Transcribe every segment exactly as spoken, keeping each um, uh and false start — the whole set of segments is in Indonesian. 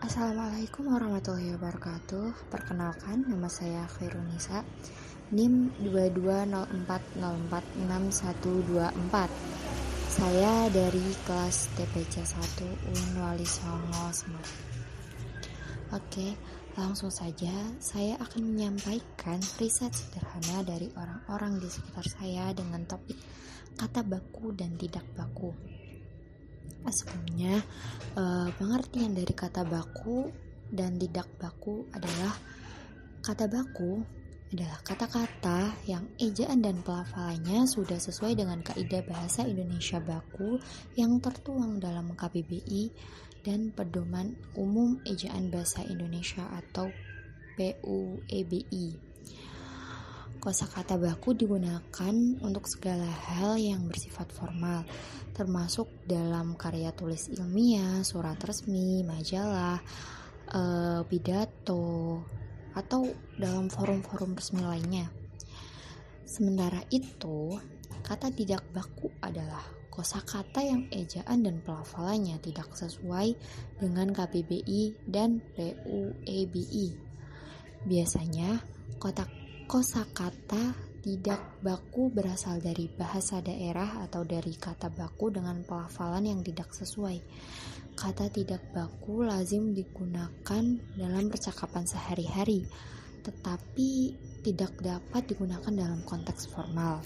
Assalamualaikum warahmatullahi wabarakatuh. Perkenalkan, nama saya Khairunisa, N I M dua dua nol empat nol empat enam satu dua empat. Saya dari kelas T P C satu U I N Wali Songo Semarang. Oke, langsung saja saya akan menyampaikan riset sederhana dari orang-orang di sekitar saya dengan topik kata baku dan tidak baku. Sebelumnya, eh, pengertian dari kata baku dan tidak baku adalah kata baku adalah kata-kata yang ejaan dan pelafalannya sudah sesuai dengan kaidah bahasa Indonesia baku yang tertuang dalam K B B I dan Pedoman Umum Ejaan Bahasa Indonesia atau P U E B I. Kosakata baku digunakan untuk segala hal yang bersifat formal, termasuk dalam karya tulis ilmiah, surat resmi, majalah, e, pidato, atau dalam forum-forum resmi lainnya. Sementara itu, kata tidak baku adalah kosakata yang ejaan dan pelafalannya tidak sesuai dengan K B B I dan P U E B I. Biasanya, kotak kosakata tidak baku berasal dari bahasa daerah atau dari kata baku dengan pelafalan yang tidak sesuai. Kata tidak baku lazim digunakan dalam percakapan sehari-hari, tetapi tidak dapat digunakan dalam konteks formal.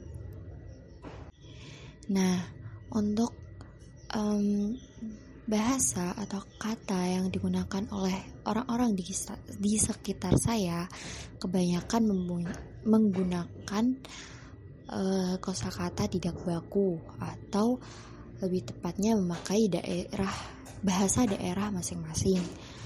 Nah, untuk um, bahasa atau kata yang digunakan oleh orang-orang di, di sekitar saya kebanyakan menggunakan uh, kosakata tidak baku atau lebih tepatnya memakai daerah bahasa daerah masing-masing.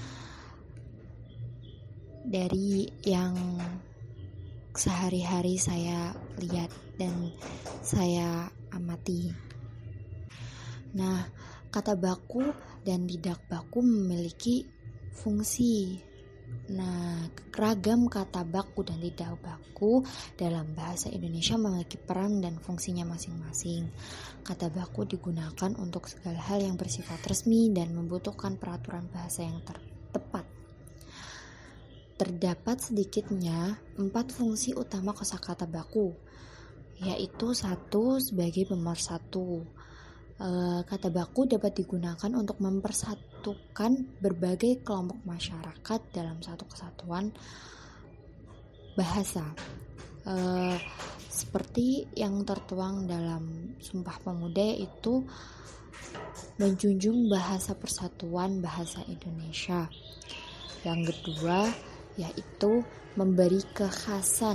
Dari yang sehari-hari saya lihat dan saya amati. Nah, kata baku dan tidak baku memiliki fungsi. Nah, ragam kata baku dan tidak baku dalam bahasa Indonesia memiliki peran dan fungsinya masing-masing. Kata baku digunakan untuk segala hal yang bersifat resmi dan membutuhkan peraturan bahasa yang ter- tepat. Terdapat sedikitnya empat fungsi utama kosakata baku, yaitu satu sebagai pemersatu. Kata baku dapat digunakan untuk mempersatukan berbagai kelompok masyarakat dalam satu kesatuan bahasa, e, seperti yang tertuang dalam Sumpah Pemuda, yaitu menjunjung bahasa persatuan bahasa Indonesia. Yang kedua yaitu memberi kekhasan.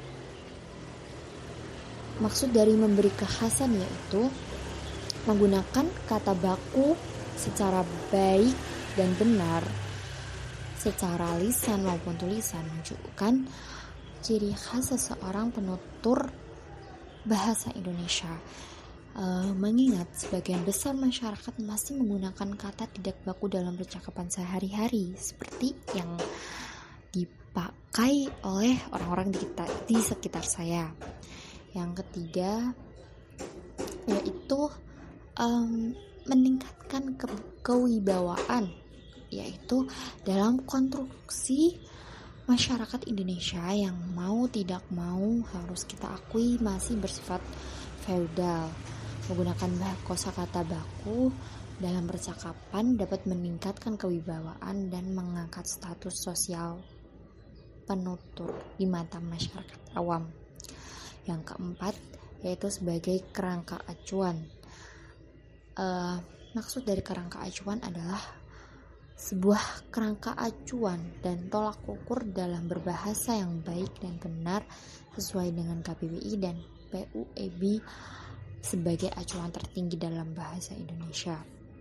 Maksud dari memberi kekhasan yaitu menggunakan kata baku secara baik dan benar secara lisan maupun tulisan menunjukkan ciri khas seseorang penutur bahasa Indonesia. E, mengingat sebagian besar masyarakat masih menggunakan kata tidak baku dalam percakapan sehari-hari seperti yang dipakai oleh orang-orang di, kita, di sekitar saya. Yang ketiga yaitu Um, meningkatkan ke- kewibawaan, yaitu dalam konstruksi masyarakat Indonesia yang mau tidak mau harus kita akui masih bersifat feodal. Menggunakan kosakata baku dalam percakapan dapat meningkatkan kewibawaan dan mengangkat status sosial penutur di mata masyarakat awam. Yang keempat yaitu sebagai kerangka acuan. Uh, maksud dari kerangka acuan adalah sebuah kerangka acuan dan tolak ukur dalam berbahasa yang baik dan benar sesuai dengan K B B I dan P U E B I sebagai acuan tertinggi dalam bahasa Indonesia.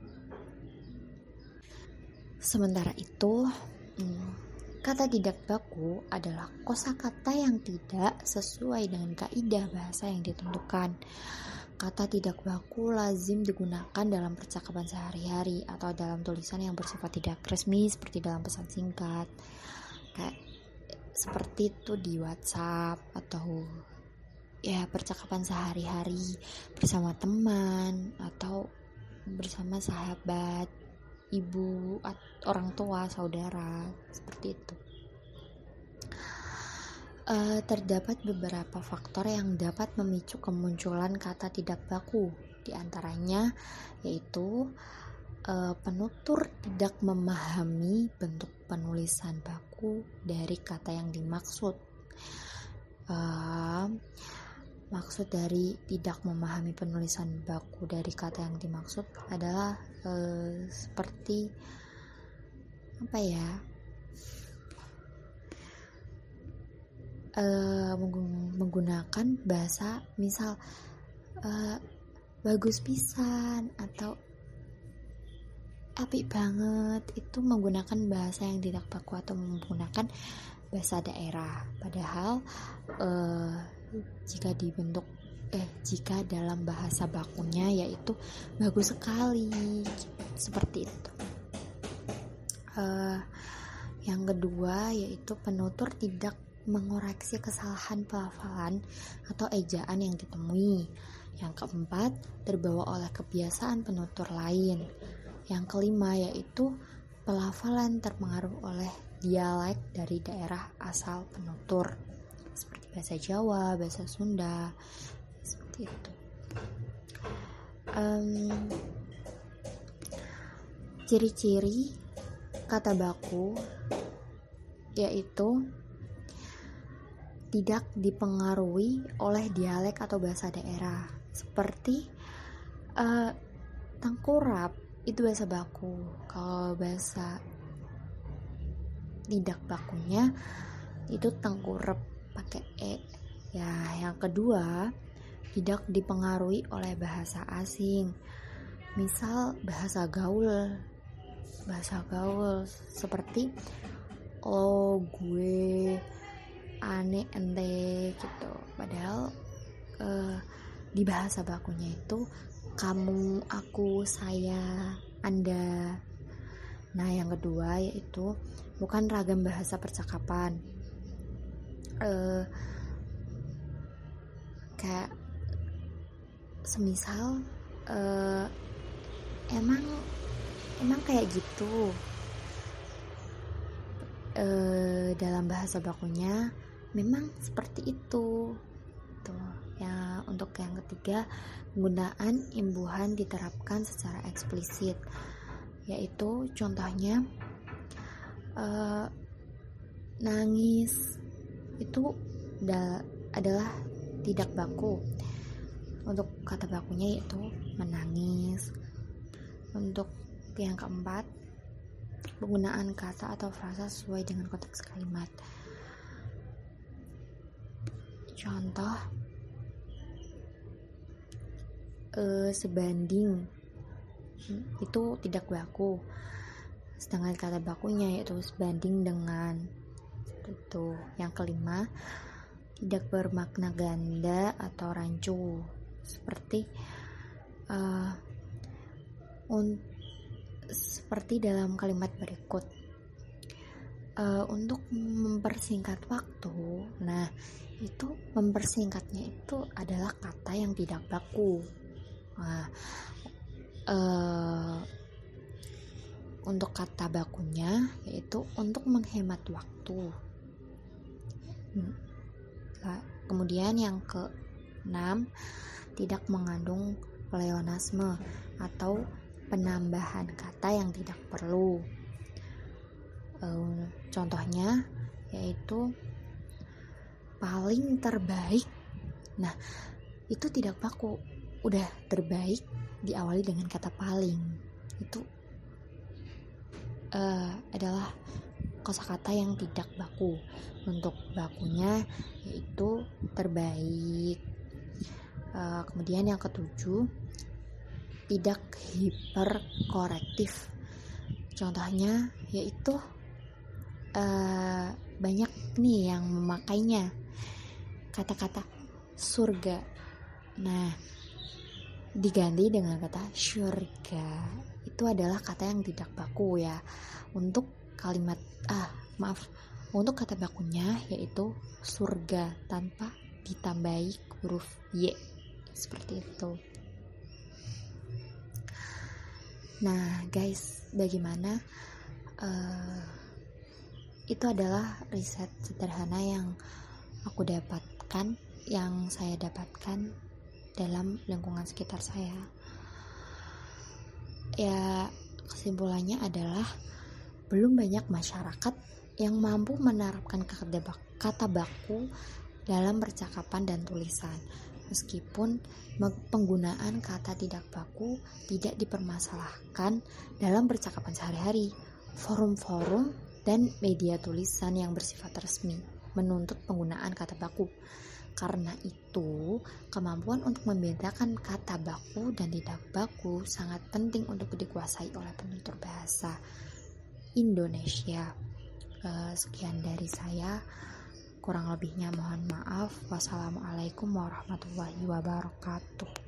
Sementara itu, hmm, kata tidak baku adalah kosakata yang tidak sesuai dengan kaidah bahasa yang ditentukan. Kata tidak baku lazim digunakan dalam percakapan sehari-hari atau dalam tulisan yang bersifat tidak resmi seperti dalam pesan singkat, kayak seperti itu di WhatsApp atau ya percakapan sehari-hari bersama teman atau bersama sahabat ibu, orang tua, saudara, seperti itu. Uh, terdapat beberapa faktor yang dapat memicu kemunculan kata tidak baku. Di antaranya yaitu uh, penutur tidak memahami bentuk penulisan baku dari kata yang dimaksud. Uh, maksud dari tidak memahami penulisan baku dari kata yang dimaksud adalah uh, seperti apa ya? Uh, menggunakan bahasa misal uh, bagus pisan atau apik banget, itu menggunakan bahasa yang tidak baku atau menggunakan bahasa daerah. Padahal uh, jika dibentuk eh jika dalam bahasa bakunya yaitu bagus sekali, seperti itu. Uh, yang kedua yaitu penutur tidak mengoreksi kesalahan pelafalan atau ejaan yang ditemui. Yang keempat, terbawa oleh kebiasaan penutur lain. Yang kelima yaitu pelafalan terpengaruh oleh dialek dari daerah asal penutur, seperti bahasa Jawa, bahasa Sunda, seperti itu. Um, ciri-ciri kata baku yaitu tidak dipengaruhi oleh dialek atau bahasa daerah, seperti uh, tengkurap itu bahasa baku. Kalau bahasa tidak bakunya itu tengkurap pakai e. Ya, yang kedua tidak dipengaruhi oleh bahasa asing, misal bahasa gaul, bahasa gaul seperti oh gue aneh ente gitu. Padahal uh, di bahasa bakunya itu kamu, aku, saya, anda. Nah, yang kedua yaitu bukan ragam bahasa percakapan. Uh, kayak semisal uh, emang emang kayak gitu. Uh, dalam bahasa bakunya memang seperti itu. Tuh. Ya, untuk yang ketiga, penggunaan imbuhan diterapkan secara eksplisit, yaitu contohnya uh, nangis itu da- adalah tidak baku. Untuk kata bakunya yaitu menangis. Untuk yang keempat, penggunaan kata atau frasa sesuai dengan konteks kalimat. Contoh e, sebanding itu tidak baku, sedangkan kata bakunya yaitu sebanding dengan. Itu yang kelima, tidak bermakna ganda atau rancu, seperti uh, un, seperti dalam kalimat berikut. Uh, untuk mempersingkat waktu, nah itu mempersingkatnya itu adalah kata yang tidak baku. Nah, uh, untuk kata bakunya yaitu untuk menghemat waktu. Nah, kemudian yang keenam, tidak mengandung pleonasme atau penambahan kata yang tidak perlu. Uh, contohnya yaitu paling terbaik. Nah, itu tidak baku. Udah terbaik diawali dengan kata paling. Itu uh, adalah kosakata yang tidak baku. Untuk bakunya yaitu terbaik. Uh, kemudian yang ketujuh, tidak hiperkorektif. Contohnya yaitu uh, banyak nih yang memakainya kata-kata surga, nah diganti dengan kata syurga. Itu adalah kata yang tidak baku ya. Untuk kalimat ah maaf untuk kata bakunya yaitu surga tanpa ditambahi huruf y, seperti itu. Nah guys, bagaimana? Uh, itu adalah riset sederhana yang aku dapatkan, yang saya dapatkan dalam lingkungan sekitar saya. Ya, kesimpulannya adalah belum banyak masyarakat yang mampu menerapkan kata baku dalam percakapan dan tulisan. Meskipun penggunaan kata tidak baku tidak dipermasalahkan dalam percakapan sehari-hari, forum-forum dan media tulisan yang bersifat resmi menuntut penggunaan kata baku. Karena itu, kemampuan untuk membedakan kata baku dan tidak baku sangat penting untuk dikuasai oleh penutur bahasa Indonesia. Uh, sekian dari saya, kurang lebihnya mohon maaf. Wassalamualaikum warahmatullahi wabarakatuh.